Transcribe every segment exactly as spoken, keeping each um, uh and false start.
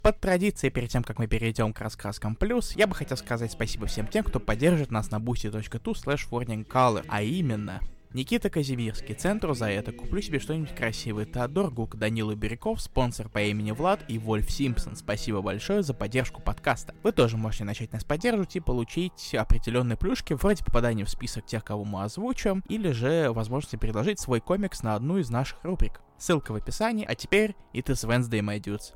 Под традицией, перед тем, как мы перейдем к раскраскам плюс, я бы хотел сказать спасибо всем тем, кто поддержит нас на boosty точка ту слэш warningcolor, а именно... Никита Казимирский, Центру за это, Куплю себе что-нибудь красивое, Теодор Гук, Данила Бирюков, спонсор по имени Влад и Вольф Симпсон. Спасибо большое за поддержку подкаста. Вы тоже можете начать нас поддерживать и получить определенные плюшки, вроде попадания в список тех, кого мы озвучим, или же возможности предложить свой комикс на одну из наших рубрик. Ссылка в описании, а теперь It is Wednesday, my dudes.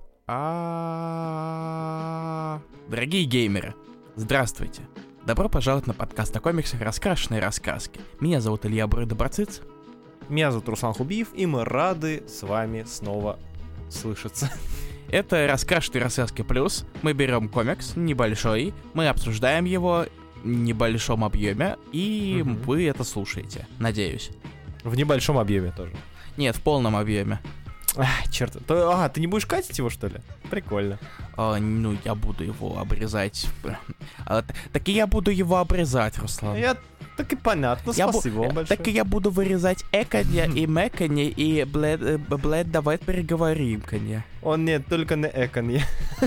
А... Дорогие геймеры, здравствуйте. Добро пожаловать на подкаст о комиксах «Раскрашенные рассказки». Меня зовут Илья Бурыда-Барциц. Меня зовут Руслан Хубиев, и мы рады с вами снова слышаться. Это «Раскрашенные рассказки плюс». Мы берем комикс небольшой, мы обсуждаем его в небольшом объеме, и угу. вы это слушаете, надеюсь. В небольшом объеме тоже. Нет, в полном объеме. Ах, черт. То, ага, ты не будешь катить его, что ли? Прикольно. А, ну, я буду его обрезать. А, так и я буду его обрезать, Руслан. Я... Так и понятно, я спасибо бу... вам большое. Так и я буду вырезать эконя и мэконя, и, блэд, блэд, давай переговорим, коня. Он нет, только на эконе.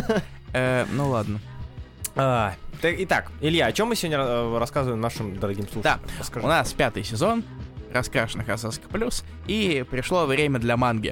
э, ну ладно. А, так, итак, Илья, о чем мы сегодня рассказываем нашим дорогим слушателям? Да, Расскажи. У нас пятый сезон «Раскрашенных рассказок плюс», и пришло время для манги.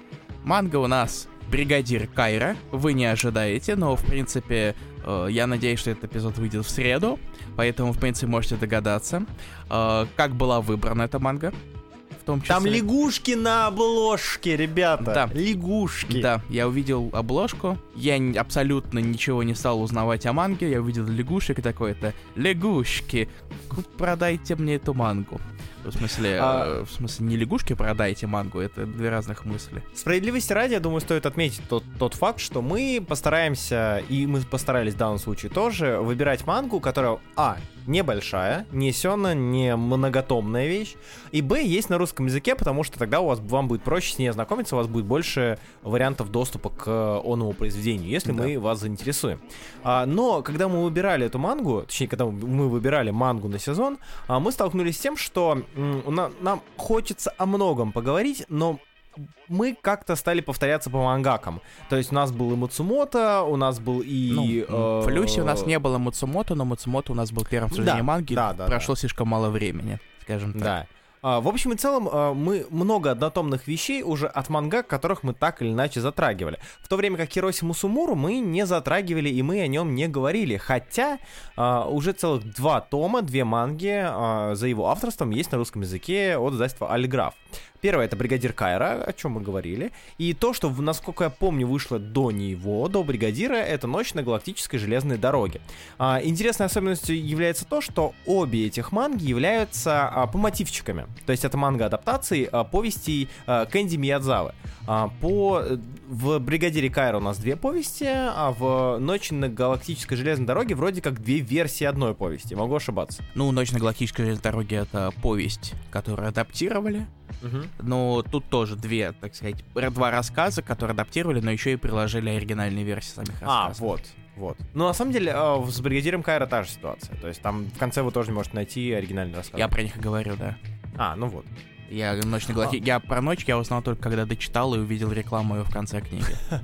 Манга у нас «Бригадир Кайра». Вы не ожидаете, но, в принципе, э, я надеюсь, что этот эпизод выйдет в среду, поэтому, в принципе, можете догадаться, э, как была выбрана эта манга. В том числе... Там лягушки на обложке, ребята. Да. Лягушки. Да, я увидел обложку, я абсолютно ничего не стал узнавать о манге, я увидел лягушек и такой-то «Лягушки, продайте мне эту мангу». В смысле, а... э, в смысле, не лягушки продайте мангу, это две разных мысли. Справедливости ради, я думаю, стоит отметить тот, тот факт, что мы постараемся, и мы постарались в данном случае тоже, выбирать мангу, которая, а, небольшая, не сёна, не многотомная вещь, и, б, есть на русском языке, потому что тогда у вас, вам будет проще с ней ознакомиться, у вас будет больше вариантов доступа к онному произведению, если да. мы вас заинтересуем. А, но, когда мы выбирали эту мангу, точнее, когда мы выбирали мангу на сезон, а, мы столкнулись с тем, что нам хочется о многом поговорить, но мы как-то стали повторяться по мангакам. То есть у нас был и Мацумото, у нас был и... Ну, э- в Люсе у нас не было Мацумото, но Мацумото у нас был первым обсуждением да, манги, да, да, прошло да. слишком мало времени, скажем так. Да. А, в общем и целом, а, мы много однотомных вещей уже от мангак, которых мы так или иначе затрагивали. В то время как Хироси Мусумуру мы не затрагивали, и мы о нем не говорили. Хотя а, уже целых два тома, две манги а, за его авторством есть на русском языке от издательства Альграф. Первое — это «Бригадир Кайра», о чем мы говорили. И то, что, насколько я помню, вышло до него, до «Бригадира», это «Ночь на галактической железной дороге». А, интересной особенностью является то, что обе этих манги являются а, по мотивчиками. То есть это манга-адаптации а, повестей а, Кэнди Миядзавы. А, по... В «Бригадире Кайра» у нас две повести, а в «Ночи на галактической железной дороге» вроде как две версии одной повести. Могу ошибаться. Ну, «Ночь на галактической железной дороге» — это повесть, которую адаптировали. Uh-huh. Но тут тоже две, так сказать, два рассказа, которые адаптировали, но еще и приложили оригинальные версии самих рассказов. А, вот, вот. Но на самом деле с «Бригадиром Кайра» та же ситуация. То есть там в конце вы тоже не можете найти оригинальный рассказ. Я про них и говорю, да. А, ну вот. Я, ночь на галахи... а. я про ночь я узнал только когда дочитал и увидел рекламу ее в конце книги.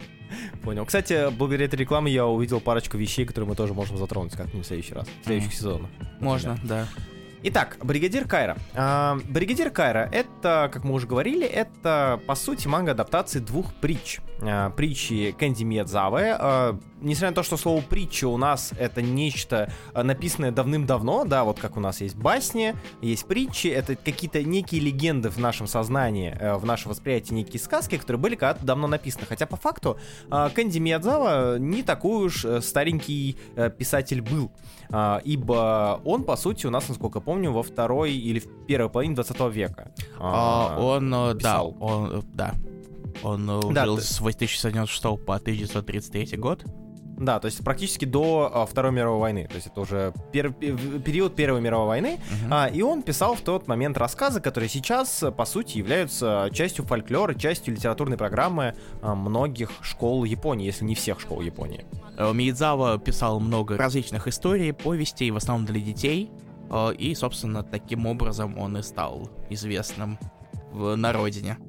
Понял. Кстати, благодаря этой рекламе я увидел парочку вещей, которые мы тоже можем затронуть как-нибудь в следующий раз, в следующих mm. сезонах. Можно, да. Итак, «Бригадир Кайра». А, «Бригадир Кайра» — это, как мы уже говорили, это, по сути, манга-адаптации двух притч. А, притчи Кэнди Миядзавы. А, несмотря на то, что слово «притча» у нас — это нечто написанное давным-давно, да, вот как у нас есть басни, есть притчи, это какие-то некие легенды в нашем сознании, в нашем восприятии, некие сказки, которые были когда-то давно написаны. Хотя, по факту, Кэнди Миядзава не такой уж старенький писатель был, ибо он, по сути, у нас, насколько я помню, во второй или в первой половине двадцатого века. А, он, писал. да, он, да. Он да, жил ты... с тысяча девятьсот девяносто шестого по тысяча девятьсот тридцать третий год. Да, то есть практически до а, Второй мировой войны. То есть это уже пер- период Первой мировой войны. Uh-huh. А, и он писал в тот момент рассказы, которые сейчас, по сути, являются частью фольклора, частью литературной программы а, многих школ Японии, если не всех школ Японии. Миядзава писал много различных историй, повестей, в основном для детей. И, собственно, таким образом он и стал известным в, на родине.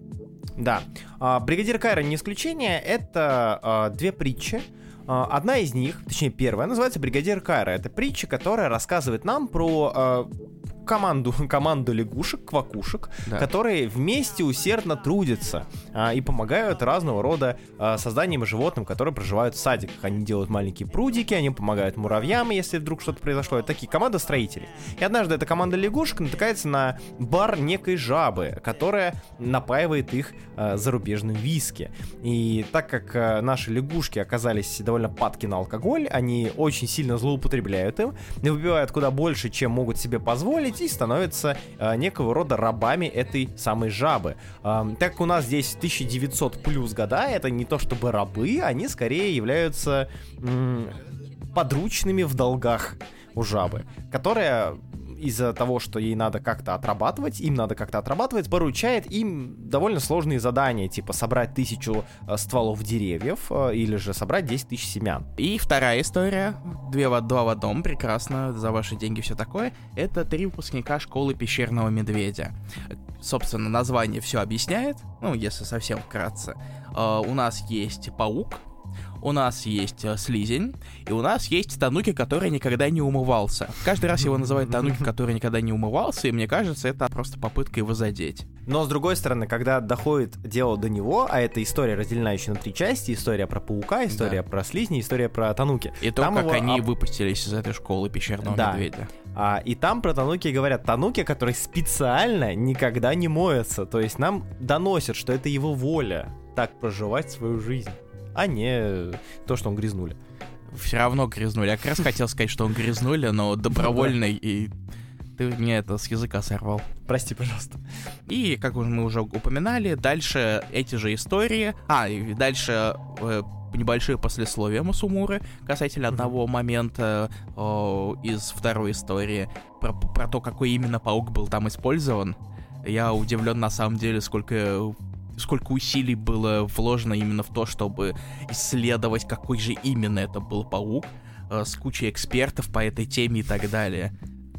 Да. А, «Бригадир Кайра» не исключение, это а, две притчи. А, одна из них, точнее первая, называется «Бригадир Кайра». Это притча, которая рассказывает нам про а, команду, команду лягушек, квакушек, да. которые вместе усердно трудятся а, и помогают разного рода а, созданиям и животным, которые проживают в садиках. Они делают маленькие прудики, они помогают муравьям, если вдруг что-то произошло. Это такие команда строителей. И однажды эта команда лягушек натыкается на бар некой жабы, которая напаивает их а, зарубежным виски. И так как а, наши лягушки оказались довольно падки на алкоголь, они очень сильно злоупотребляют им, выпивают куда больше, чем могут себе позволить, и становятся э, некого рода рабами этой самой жабы. Э, так как у нас здесь тысяча девятьсот плюс года, это не то чтобы рабы, они скорее являются м- подручными в долгах у жабы, которая из-за того, что ей надо как-то отрабатывать, им надо как-то отрабатывать, поручает им довольно сложные задания, типа собрать тысячу э, стволов деревьев э, или же собрать десять тысяч семян. И вторая история, две в, два в одном, прекрасно, за ваши деньги все такое, это три выпускника школы пещерного медведя. Собственно, название все объясняет, ну, если совсем вкратце. Э, у нас есть паук, у нас есть э, слизень, и у нас есть Тануки, который никогда не умывался. Каждый раз его называют Тануки, который никогда не умывался, и мне кажется, это просто попытка его задеть. Но, с другой стороны, когда доходит дело до него, а эта история разделена еще на три части, история про паука, история да. про слизни, история про Тануки. И то, там как его... они об... выпустились из этой школы пещерного да. медведя. А, и там про Тануки говорят, Тануки, который специально никогда не моется. То есть нам доносят, что это его воля так проживать свою жизнь, а не то, что он грязнули. Все равно грязнули. Я как раз хотел сказать, что он грязнули, но добровольный, и ты мне это с языка сорвал. Прости, пожалуйста. И, как мы уже упоминали, дальше эти же истории... А, и дальше э, небольшие послесловия Масумуры касательно mm-hmm. одного момента э, из второй истории, про, про то, какой именно паук был там использован. Я удивлен, на самом деле, сколько... сколько усилий было вложено именно в то, чтобы исследовать, какой же именно это был паук, э, с кучей экспертов по этой теме и так далее.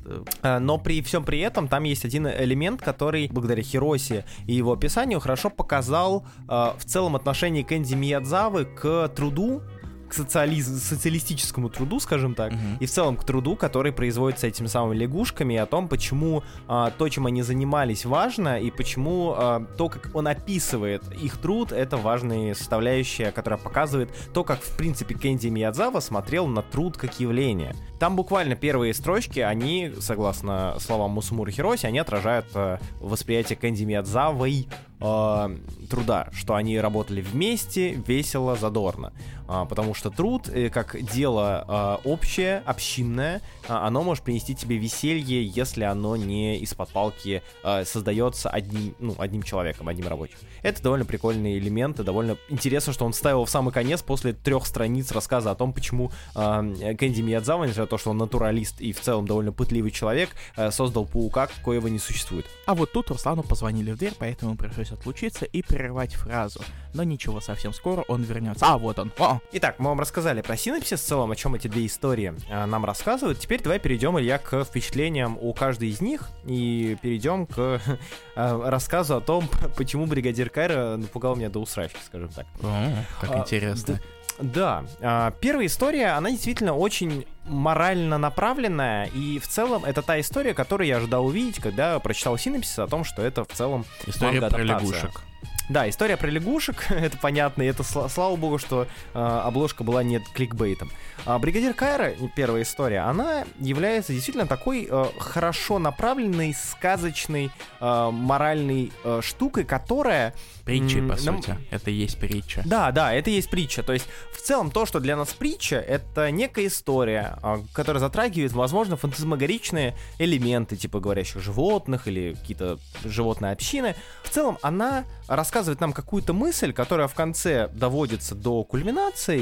Но при всем при этом там есть один элемент, который благодаря Хироси и его описанию хорошо показал э, в целом отношение Кэнди Миядзавы к труду, к социализ... социалистическому труду, скажем так, uh-huh. и в целом к труду, который производится этими самыми лягушками, и о том, почему а, то, чем они занимались, важно, и почему а, то, как он описывает их труд, это важная составляющая, которая показывает то, как, в принципе, Кэнди Миядзава смотрел на труд как явление. Там буквально первые строчки, они, согласно словам Масумуры Хироси, они отражают а, восприятие Кэнди Миядзавой э, труда, что они работали вместе, весело, задорно. А, потому что труд, э, как дело э, общее, общинное, э, оно может принести тебе веселье, если оно не из-под палки э, создается одним, ну, одним человеком, одним рабочим. Это довольно прикольный элемент, и довольно интересно, что он вставил в самый конец после трех страниц рассказа о том, почему э, Кэнди Миядзава, несмотря на то, что он натуралист и в целом довольно пытливый человек, э, создал паука, коего не существует. А вот тут Руслану позвонили в дверь, поэтому пришлось отлучиться и прервать фразу. Но ничего, совсем скоро он вернется. А, вот он. О! Итак, мы вам рассказали про синапсис в целом, о чем эти две истории э, нам рассказывают. Теперь давай перейдем, Илья, к впечатлениям у каждой из них и перейдем к э, рассказу о том, почему бригадир Кайра напугал меня до усрачки, скажем так. О, как а, интересно. Да, да. Первая история, она действительно очень морально направленная, и в целом это та история, которую я ожидал увидеть, когда прочитал синапсис о том, что это в целом история про лягушек. Да, история про лягушек, это понятно, и это сл- слава богу, что э, обложка была не кликбейтом. А бригадир Кайра, первая история, она является действительно такой э, хорошо направленной, сказочной, э, моральной э, штукой, которая... Притчей, м- по нам... сути, это и есть притча. Да, да, это и есть притча, то есть в целом то, что для нас притча, это некая история, э, которая затрагивает, возможно, фантазмагоричные элементы, типа говорящих животных или какие-то животные общины. В целом она рассказывает рассказывает нам какую-то мысль, которая в конце доводится до кульминации,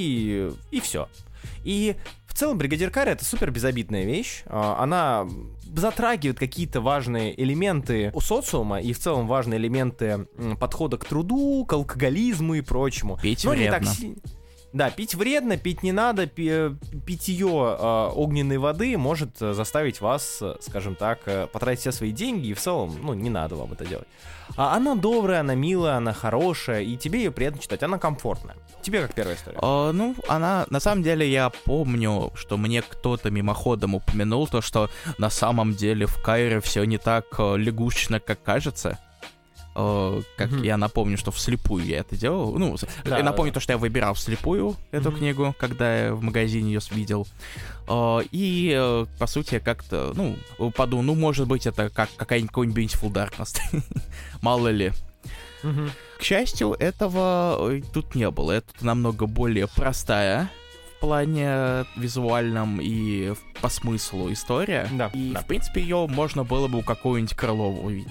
и, и все. И в целом бригадир Кайра — это супер безобидная вещь. Она затрагивает какие-то важные элементы у социума и в целом важные элементы подхода к труду, к алкоголизму и прочему. Пить вредно. Не так си... Да, пить вредно, пить не надо, пи- питье э, огненной воды может заставить вас, скажем так, э, потратить все свои деньги, и в целом, ну, не надо вам это делать. А она добрая, она милая, она хорошая, и тебе ее приятно читать, она комфортная. Тебе как первая история? Uh, ну, она, на самом деле, я помню, что мне кто-то мимоходом упомянул то, что на самом деле в Кайре все не так uh, лягушечно, как кажется. Uh, как mm-hmm. я напомню, что вслепую я это делал. Ну, да, я напомню да. то, что я выбирал вслепую эту mm-hmm. книгу, когда я в магазине ее видел. Uh, и, uh, по сути, как-то, ну, подумал, ну, может быть, это как какая-нибудь Beautiful Darkness. Мало ли. Mm-hmm. К счастью, этого тут не было. Это намного более простая в плане визуальном и по смыслу история. Да, и, да. в принципе, ее можно было бы у какого-нибудь Крылова увидеть.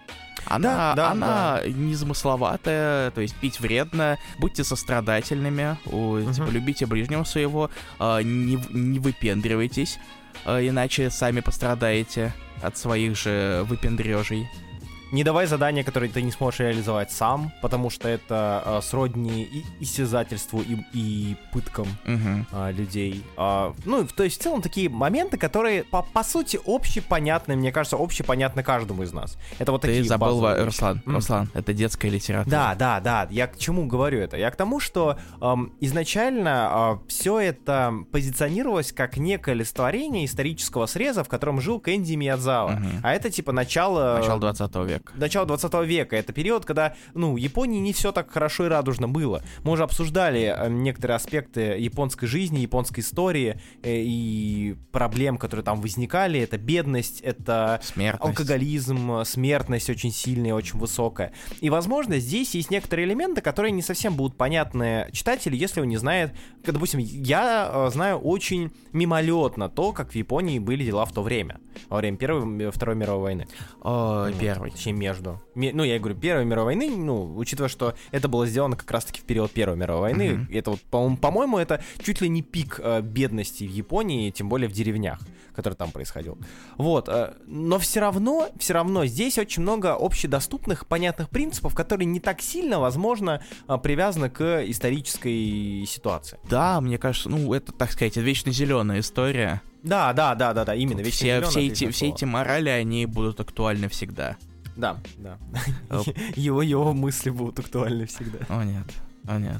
Она, да, да, она да. незамысловатая, то есть пить вредно, будьте сострадательными, uh-huh. типа, любите ближнего своего, э, не, не выпендривайтесь, э, иначе сами пострадаете от своих же выпендрежей. Не давай задания, которые ты не сможешь реализовать сам, потому что это э, сродни и истязательству, и, и пыткам uh-huh. э, людей. Э, ну, то есть в целом такие моменты, которые, по, по сути, общепонятны, мне кажется, общепонятны каждому из нас. Это вот такие Ты забыл, базовые Руслан, mm. Руслан, это детская литература. Да, да, да, я к чему говорю это? Я к тому, что э, изначально э, все это позиционировалось как некое олицетворение исторического среза, в котором жил Кэнди Миядзава. Uh-huh. А это типа начало... Начало двадцатого века. Начало двадцатого века. Это период, когда, ну, в Японии не все так хорошо и радужно было. Мы уже обсуждали э, некоторые аспекты японской жизни, японской истории э, и проблем, которые там возникали. Это бедность, это смертность. Алкоголизм, смертность очень сильная, очень высокая. И, возможно, здесь есть некоторые элементы, которые не совсем будут понятны читателю, если он не знает... Допустим, я э, знаю очень мимолетно то, как в Японии были дела в то время. Во время Первой и Второй мировой войны. О, первой. Точнее, между. Ну, я говорю, Первой мировой войны, ну, учитывая, что это было сделано как раз-таки в период Первой мировой войны, uh-huh. это вот, по-моему, по-моему, это чуть ли не пик э, бедности в Японии, тем более в деревнях, который там происходил. Вот, э, но все равно, все равно здесь очень много общедоступных, понятных принципов, которые не так сильно, возможно, э, привязаны к исторической ситуации. Да, мне кажется, ну, это, так сказать, вечно зеленая история. Да, да, да, да, да, именно. Вечно все, зеленая, все, эти, все эти морали, они будут актуальны всегда. Да, да. Его, его мысли будут актуальны всегда. О, нет, о, нет.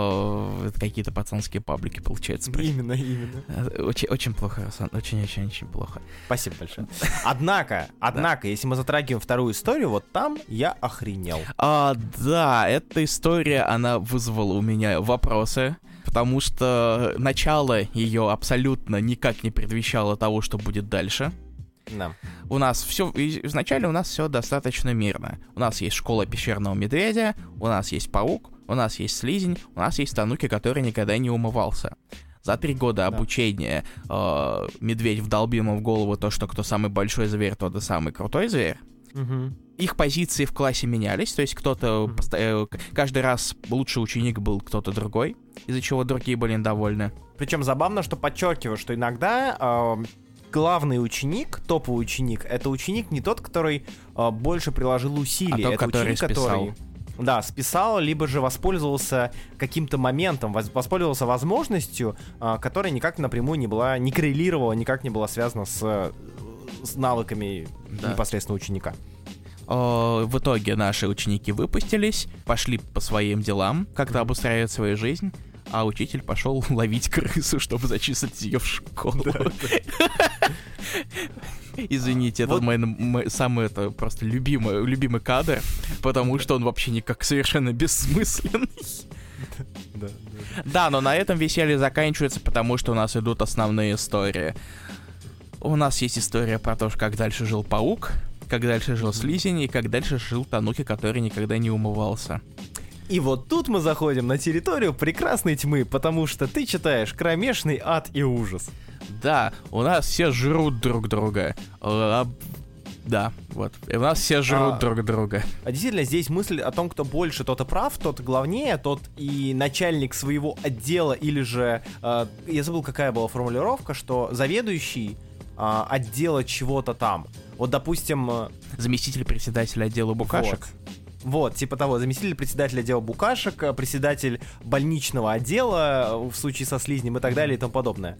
О, это какие-то пацанские паблики, получается. Именно, именно. Очень, очень плохо, Руслан, очень-очень-очень плохо. Спасибо большое. Однако, однако, если мы затрагиваем вторую историю, вот там я охренел. А, да, эта история, она вызвала у меня вопросы, потому что начало ее абсолютно никак не предвещало того, что будет дальше. Да. У нас все, вначале у нас все достаточно мирно. У нас есть школа пещерного медведя, у нас есть паук, у нас есть слизень, у нас есть Тануки, который никогда не умывался. За три года да. обучения э, медведь вдолбил ему в голову то, что кто самый большой зверь, тот и самый крутой зверь. Угу. Их позиции в классе менялись, то есть кто-то, угу. поста- э, каждый раз лучший ученик был кто-то другой, из-за чего другие были недовольны. Причем забавно, что подчеркиваю, что иногда... Э... главный ученик, топовый ученик, это ученик не тот, который э, больше приложил усилий, а тот, это который ученик, списал. который, да, списал, либо же воспользовался каким-то моментом, воспользовался возможностью, э, которая никак напрямую не была, не коррелировала, никак не была связана с, с навыками да. непосредственно ученика. О, в итоге наши ученики выпустились, пошли по своим делам, как-то обустраивать свою жизнь. А учитель пошел ловить крысу, чтобы зачислить ее в школу. Извините, это мой, мой самый это просто любимый, любимый кадр, потому что он вообще никак совершенно бессмысленный. Да, да. да, но на этом веселье заканчивается, потому что у нас идут основные истории. У нас есть история про то, как дальше жил паук, как дальше жил слизень и как дальше жил Тануки, который никогда не умывался. И вот тут мы заходим на территорию прекрасной тьмы, потому что ты читаешь кромешный ад и ужас. Да, у нас все жрут друг друга. А, да, вот. И у нас все жрут а, друг друга. А действительно, здесь мысль о том, кто больше, тот и прав, тот главнее, тот и начальник своего отдела, или же... Э, я забыл, какая была формулировка, что заведующий э, отдела чего-то там. Вот, допустим... Заместитель председателя отдела букашек. Вот. Вот, типа того, заместитель председателя отдела букашек, председатель больничного отдела в случае со слизнем и так далее и тому подобное.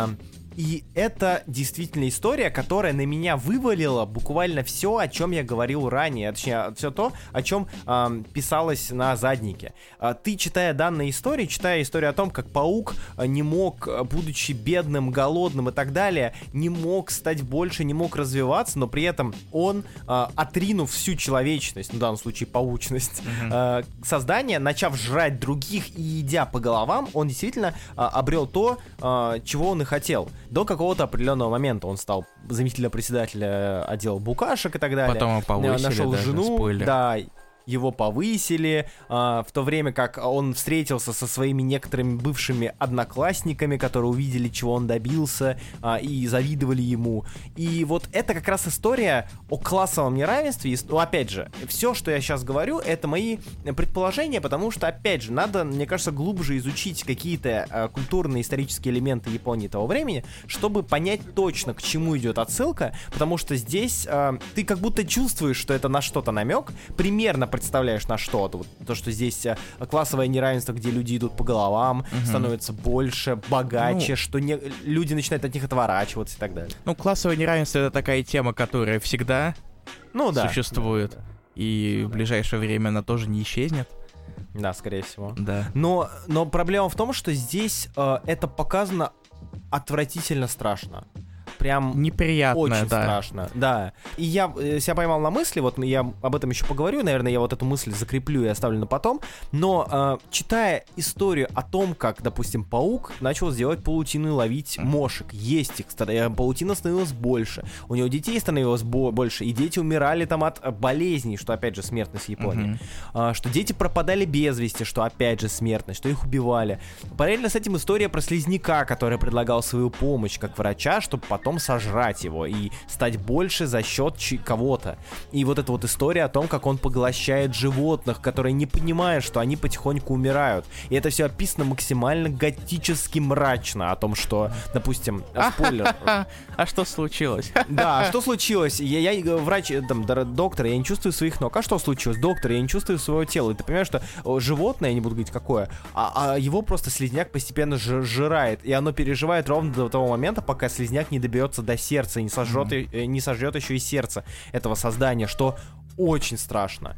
И это действительно история, которая на меня вывалила буквально все, о чем я говорил ранее, точнее, все то, о чем э, писалось на заднике. Э, ты, читая данные истории, читая историю о том, как паук не мог, будучи бедным, голодным и так далее, не мог стать больше, не мог развиваться, но при этом он, э, отринув всю человечность, в данном случае паучность, mm-hmm. э, создания, начав жрать других и едя по головам, он действительно э, обрел то, э, чего он и хотел. До какого-то определенного момента он стал заместителем председателя отдела букашек и так далее. Потом его повысили, нашел даже, жену, спойлер. да, его повысили, а, в то время как он встретился со своими некоторыми бывшими одноклассниками, которые увидели, чего он добился, а, и завидовали ему. И вот это как раз история о классовом неравенстве. Ну, опять же, все, что я сейчас говорю, это мои предположения, потому что, опять же, надо, мне кажется, глубже изучить какие-то а, культурные, исторические элементы Японии того времени, чтобы понять точно, к чему идет отсылка, потому что здесь а, ты как будто чувствуешь, что это на что-то намек, примерно представляешь на что-то. Вот то, что здесь а, классовое неравенство, где люди идут по головам, угу. становятся больше, богаче, ну, что не, люди начинают от них отворачиваться и так далее. Ну, классовое неравенство — это такая тема, которая всегда ну, да. существует. Да, да, да. И в ближайшее время она тоже не исчезнет. Да, скорее всего. Да. Но, но проблема в том, что здесь э, это показано отвратительно страшно. Прям неприятно, очень да. страшно, да. И я э, себя поймал на мысли, вот я об этом еще поговорю, наверное, я вот эту мысль закреплю и оставлю на потом, но э, читая историю о том, как, допустим, паук начал сделать паутины, ловить мошек, есть их, паутина становилась больше, у него детей становилось бо- больше, и дети умирали там от болезней, что, опять же, смертность в Японии, mm-hmm. э, что дети пропадали без вести, что, опять же, смертность, что их убивали. Параллельно с этим история про слизняка, который предлагал свою помощь как врача, чтобы потом сожрать его и стать больше за счет ч- кого-то. И вот эта вот история о том, как он поглощает животных, которые не понимают, что они потихоньку умирают. И это все описано максимально готически мрачно, о том, что, допустим, спойлер. А что случилось? Да, а что случилось? Я, я врач, там, доктор, я не чувствую своих ног. А что случилось? Доктор, я не чувствую своего тела. И ты понимаешь, что животное, я не буду говорить какое, а, а его просто слизняк постепенно сжирает. И оно переживает ровно до того момента, пока слизняк не доберется до сердца и не сожжет, mm-hmm. не сожжет еще и сердце этого создания, что очень страшно.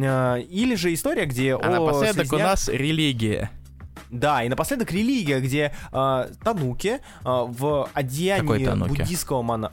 Или же история, где... А напоследок слизняк... у нас религия. Да, и напоследок религия, где э, тануки э, в одеянии буддийского мона...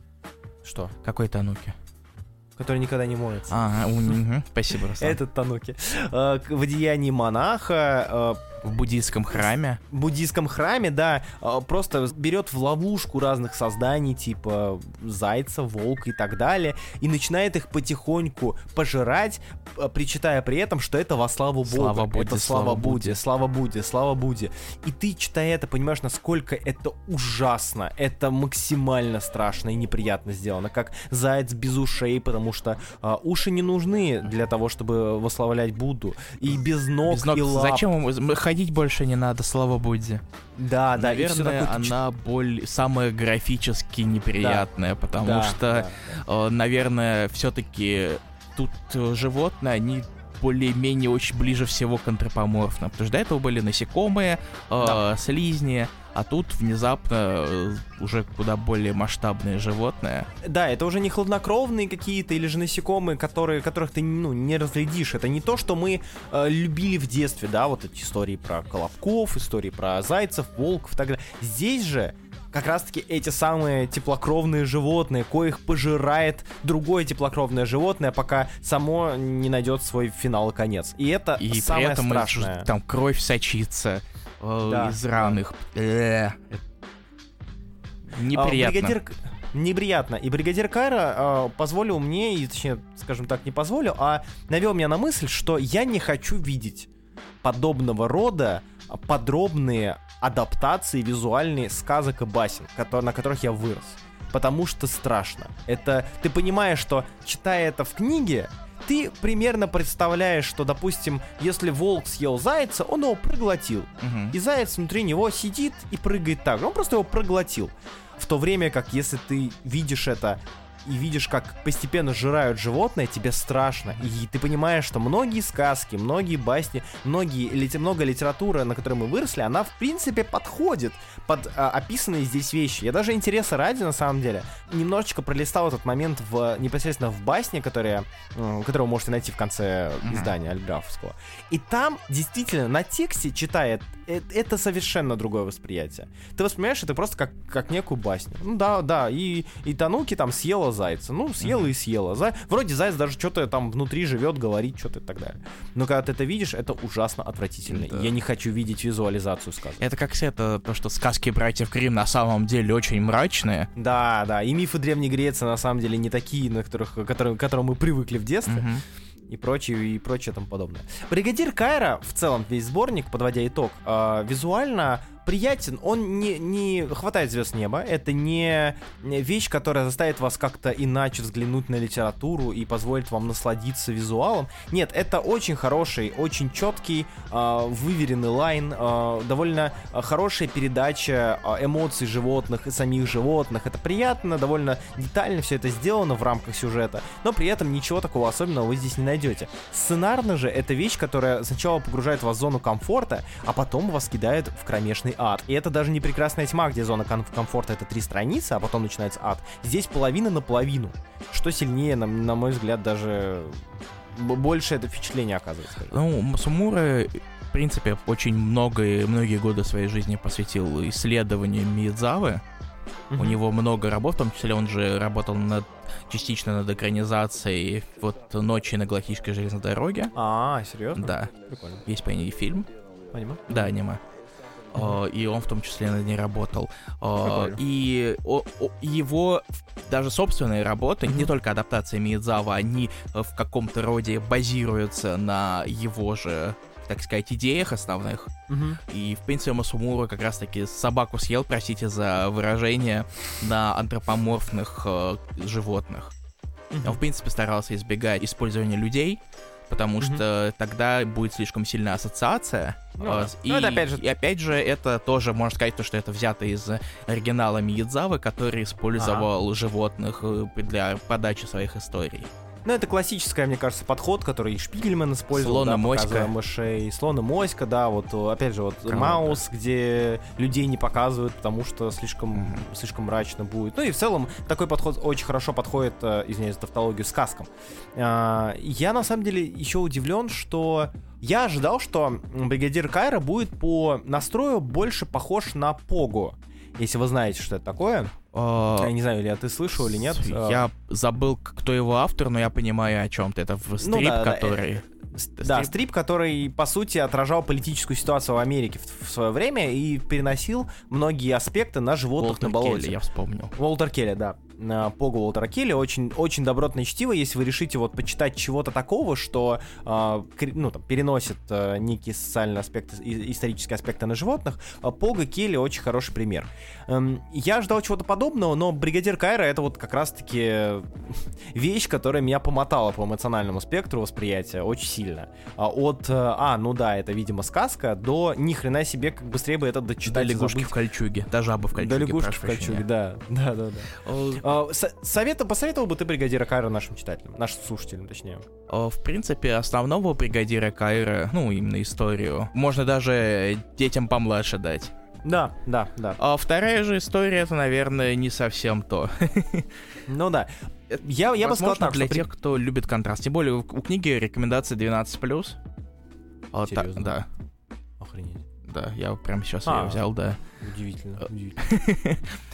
Что? Какой тануки? Который никогда не моется. Ага, угу. Спасибо, Руслан. Этот тануки. Э, в одеянии монаха... Э, в буддийском храме. В буддийском храме, да, просто берет в ловушку разных созданий, типа зайца, волка и так далее, и начинает их потихоньку пожирать, причитая при этом, что это во славу Бога. Слава Будде, это слава Будде, слава Будде, слава Будде. И ты, читая это, понимаешь, насколько это ужасно, это максимально страшно и неприятно сделано, как заяц без ушей, потому что а, уши не нужны для того, чтобы восславлять Будду, и без ног, без ног и лап. Зачем ему... Ходить больше не надо, слава Будде. Да, да. Наверное, она боль самая графически неприятная, да. потому да, что, да, да. Э, наверное, все-таки тут животные, они более-менее очень ближе всего к антропоморфным. Потому что до этого были насекомые, э, да. слизни, а тут внезапно э, уже куда более масштабные животные. Да, это уже не хладнокровные какие-то или же насекомые, которые, которых ты ну, не разглядишь. Это не то, что мы э, любили в детстве, да, вот эти истории про колобков, истории про зайцев, волков и так далее. Здесь же как раз-таки эти самые теплокровные животные, коих пожирает другое теплокровное животное, пока само не найдет свой финал и конец. И это и самое при этом страшное. И там кровь сочится э, да, из раных. Да. Э-э. Неприятно. А, бригадир... Неприятно. И бригадир Кайра э, позволил мне, и, точнее, скажем так, не позволил, а навел меня на мысль, что я не хочу видеть подобного рода подробные адаптации визуальные сказок и басен, которые, на которых я вырос. Потому что страшно. Это ты понимаешь, что, читая это в книге, ты примерно представляешь, что, допустим, если волк съел зайца, он его проглотил. Угу. И заяц внутри него сидит и прыгает так же. Он просто его проглотил. В то время как, если ты видишь это и видишь, как постепенно сжирают животное, тебе страшно. И ты понимаешь, что многие сказки, многие басни, многие, много литературы, на которой мы выросли, она, в принципе, подходит под а, описанные здесь вещи. Я даже интереса ради, на самом деле, немножечко пролистал этот момент в, непосредственно в басне, которая, которую вы можете найти в конце издания Альграфовского. И там, действительно, на тексте, читая, это совершенно другое восприятие. Ты воспринимаешь это просто как, как некую басню. Ну да, да, и, и Тануки там съела зайца. Ну, съела mm-hmm. и съела. За... Вроде заяц даже что-то там внутри живет, говорит, что-то и так далее. Но когда ты это видишь, это ужасно отвратительно. Да. Я не хочу видеть визуализацию сказок. Это как это, то, что сказки братьев Гримм на самом деле очень мрачные. Да, да, и мифы Древней Греции на самом деле не такие, на которых, которые, к которым мы привыкли в детстве. Mm-hmm. И прочее, и прочее тому подобное. Бригадир Кайра, в целом весь сборник, подводя итог, э, визуально приятен, он не, не хватает звезд неба, это не вещь, которая заставит вас как-то иначе взглянуть на литературу и позволит вам насладиться визуалом. Нет, это очень хороший, очень четкий, э, выверенный лайн, э, довольно хорошая передача эмоций животных и самих животных. Это приятно, довольно детально все это сделано в рамках сюжета, но при этом ничего такого особенного вы здесь не найдете. Сценарно же это вещь, которая сначала погружает вас в зону комфорта, а потом вас кидает в кромешный ад. И это даже не прекрасная тьма, где зона ком- комфорта это три страницы, а потом начинается ад. Здесь половина на половину. Что сильнее, на, на мой взгляд, даже больше это впечатление оказывает. Ну, Сумура, в принципе, очень много, многие годы своей жизни посвятил исследованию Миядзавы. Mm-hmm. У него много работ, в том числе он же работал над, частично над экранизацией вот «Ночи на Галактической железной дороге». А, серьезно? Да. Прикольно. Есть по ней фильм. Аниме? Да, аниме. Uh, и он в том числе над ней работал. Uh, и о, о, его даже собственные работы, mm-hmm. не только адаптации Миядзавы, они в каком-то роде базируются на его же, так сказать, идеях основных. Mm-hmm. И, в принципе, Масумура как раз-таки собаку съел, простите за выражение, на антропоморфных э, животных. Mm-hmm. Он, в принципе, старался избегать использования людей, потому mm-hmm. что тогда будет слишком сильная ассоциация. Ну, э, и, ну, это опять же... и опять же, это тоже, можно сказать, то, что это взято из оригинала Миядзавы, который использовал ага. животных для подачи своих историй. Ну, это классический, мне кажется, подход, который и Шпигельман использовал, Слон и да, моська. показывая мышей. Слон и моська, да, вот, опять же, вот Круто. Маус, где людей не показывают, потому что слишком, mm-hmm. слишком мрачно будет. Ну и в целом такой подход очень хорошо подходит, извиняюсь за тавтологию, сказкам. Я, на самом деле, еще удивлен, что я ожидал, что Бригадир Кайра будет по настрою больше похож на Погу. Если вы знаете, что это такое. Uh, я не знаю, или ты слышал или нет. Я забыл, кто его автор, но я понимаю, о чем ты. Это стрип, ну, да, который... Да, стрип. Да, стрип, который, по сути, отражал политическую ситуацию в Америке в, в свое время и переносил многие аспекты на животных Уолтер на болоте. Келли, я вспомнил. Уолтер Келли, да. Погу Уолтера Келли, очень, очень добротное чтиво, если вы решите вот почитать чего-то такого, что э, ну, там, переносит э, некие социальные аспекты, исторические аспекты на животных. Пога Келли очень хороший пример. Эм, я ждал чего-то подобного, но Бригадир Кайра — это вот как раз-таки вещь, которая меня помотала по эмоциональному спектру восприятия очень сильно. От, а, ну да, это, видимо, сказка, до ни хрена себе, как быстрее бы это дочитать. До лягушки в кольчуге, до жабы в кольчуге. До лягушки в кольчуге, да, да, да, да. Совета, посоветовал бы ты Бригадира Кайра нашим читателям, нашим слушателям, точнее? В принципе, основного Бригадира Кайра, ну, именно историю, можно даже детям помладше дать. Да, да, да. А вторая же история, это, наверное, не совсем то. Ну да. Я, я бы сказал так, для что тех, кто любит контраст. Тем более, у, у книги рекомендация двенадцать плюс. Серьезно? Да. Охренеть. Да, я прямо сейчас а, ее взял, да. Удивительно, удивительно.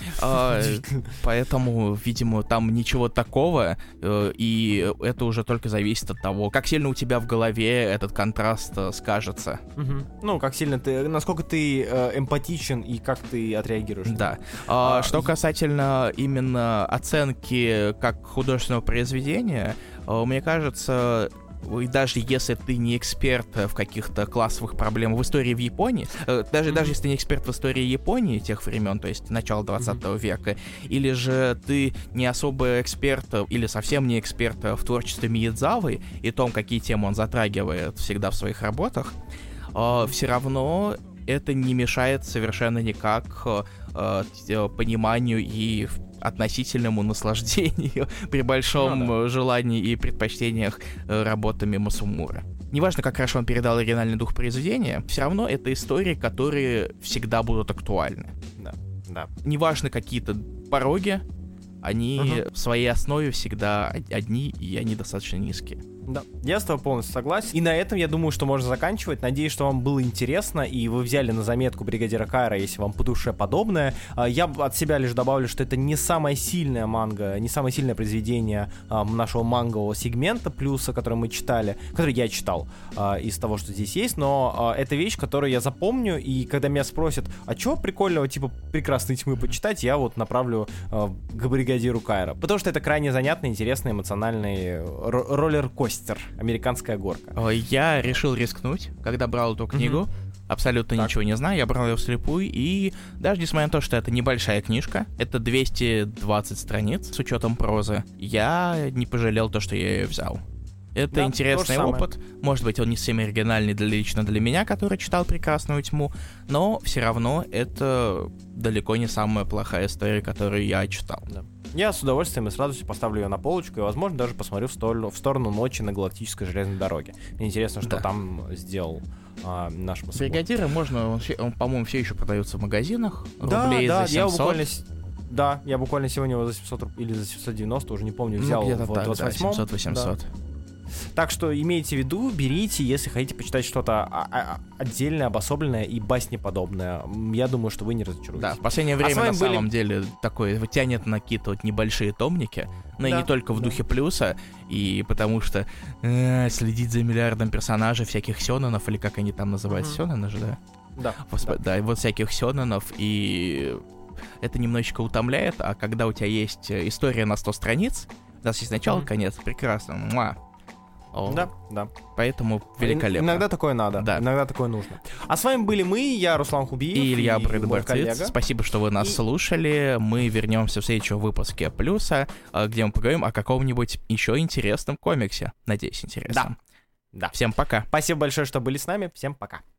Поэтому, видимо, там ничего такого, и это уже только зависит от того, как сильно у тебя в голове этот контраст скажется. Ну, как сильно ты, насколько ты эмпатичен и как ты отреагируешь. Да. Что касательно именно оценки как художественного произведения, мне кажется... И даже если ты не эксперт в каких-то классовых проблемах в истории в Японии, даже, mm-hmm. даже если ты не эксперт в истории Японии тех времен, то есть начала двадцатого mm-hmm. века, или же ты не особо эксперт или совсем не эксперт в творчестве Миядзавы и том, какие темы он затрагивает всегда в своих работах, mm-hmm. все равно это не мешает совершенно никак пониманию и относительному наслаждению при большом Ну да. желании и предпочтениях э, работами Масумура. Неважно, как хорошо он передал оригинальный дух произведения, все равно это истории, которые всегда будут актуальны. Да, да. Неважно, какие-то пороги, они Мгм. в своей основе всегда од- одни, и они достаточно низкие. Да, я с тобой полностью согласен. И на этом, я думаю, что можно заканчивать. Надеюсь, что вам было интересно, и вы взяли на заметку бригадира Кайра, если вам по душе подобное. А, Я б от себя лишь добавлю, что это не самая сильная манга, не самое сильное произведение а, нашего мангового сегмента плюса, который мы читали, который я читал а, из того, что здесь есть, но а, это вещь, которую я запомню, и когда меня спросят, а чего прикольного, типа, «Прекрасной тьмы» почитать, я вот направлю а, к бригадиру Кайра. Потому что это крайне занятный, интересный, эмоциональный ро- роллер-костер. Американская горка. Э, Я решил рискнуть, когда брал эту книгу. Абсолютно Так. ничего не знаю, я брал ее вслепую, и даже несмотря на то, что это небольшая книжка, это двести двадцать страниц с учетом прозы, я не пожалел то, что я ее взял. Это Да, то интересный же самое. опыт. Может быть, он не совсем оригинальный для, лично для меня, который читал «Прекрасную тьму», но все равно это далеко не самая плохая история, которую я читал. Да. Я с удовольствием и с радостью поставлю ее на полочку и, возможно, даже посмотрю в сторону, в сторону «Ночи на Галактической железной дороге». Мне интересно, что Да. там сделал а, наш Масумура. Бригадиры можно, он, все- он, по-моему, все еще продается в магазинах. Да, рублей да, за я семьсот. буквально... с- Да, я буквально сегодня его за семьсот руб- или за семьсот девяносто, уже не помню, взял Ну, где-то в так, да, двадцать восьмом. семьсот-восемьсот. Да. Так что имейте в виду, берите, если хотите почитать что-то а- а- отдельное, обособленное и баснеподобное. М, Я думаю, что вы не разочаруетесь. Да, в последнее А время с вами на были- самом деле такое тянет на какие-то вот небольшие томники, но и Да, не только в да. духе плюса, и потому что э, следить за миллиардом персонажей, всяких сёнэнов, или как они там называются, Мгм. сёнэны же, да? Да, Господи, да. вот всяких сёнэнов, и это немножечко утомляет, а когда у тебя есть э, история на сто страниц, у нас есть начало, Мгм. конец, прекрасно, муа. О, да, да. Поэтому великолепно. Иногда такое надо, Да. иногда такое нужно. А с вами были мы, я Руслан Хубиев И Илья мой Брейдбарциц. коллега. Спасибо, что вы нас И- слушали. Мы вернемся в следующем выпуске Плюса, а, где мы поговорим о каком-нибудь еще интересном комиксе. Надеюсь, интересном. Да. Всем пока. Спасибо большое, что были с нами. Всем пока.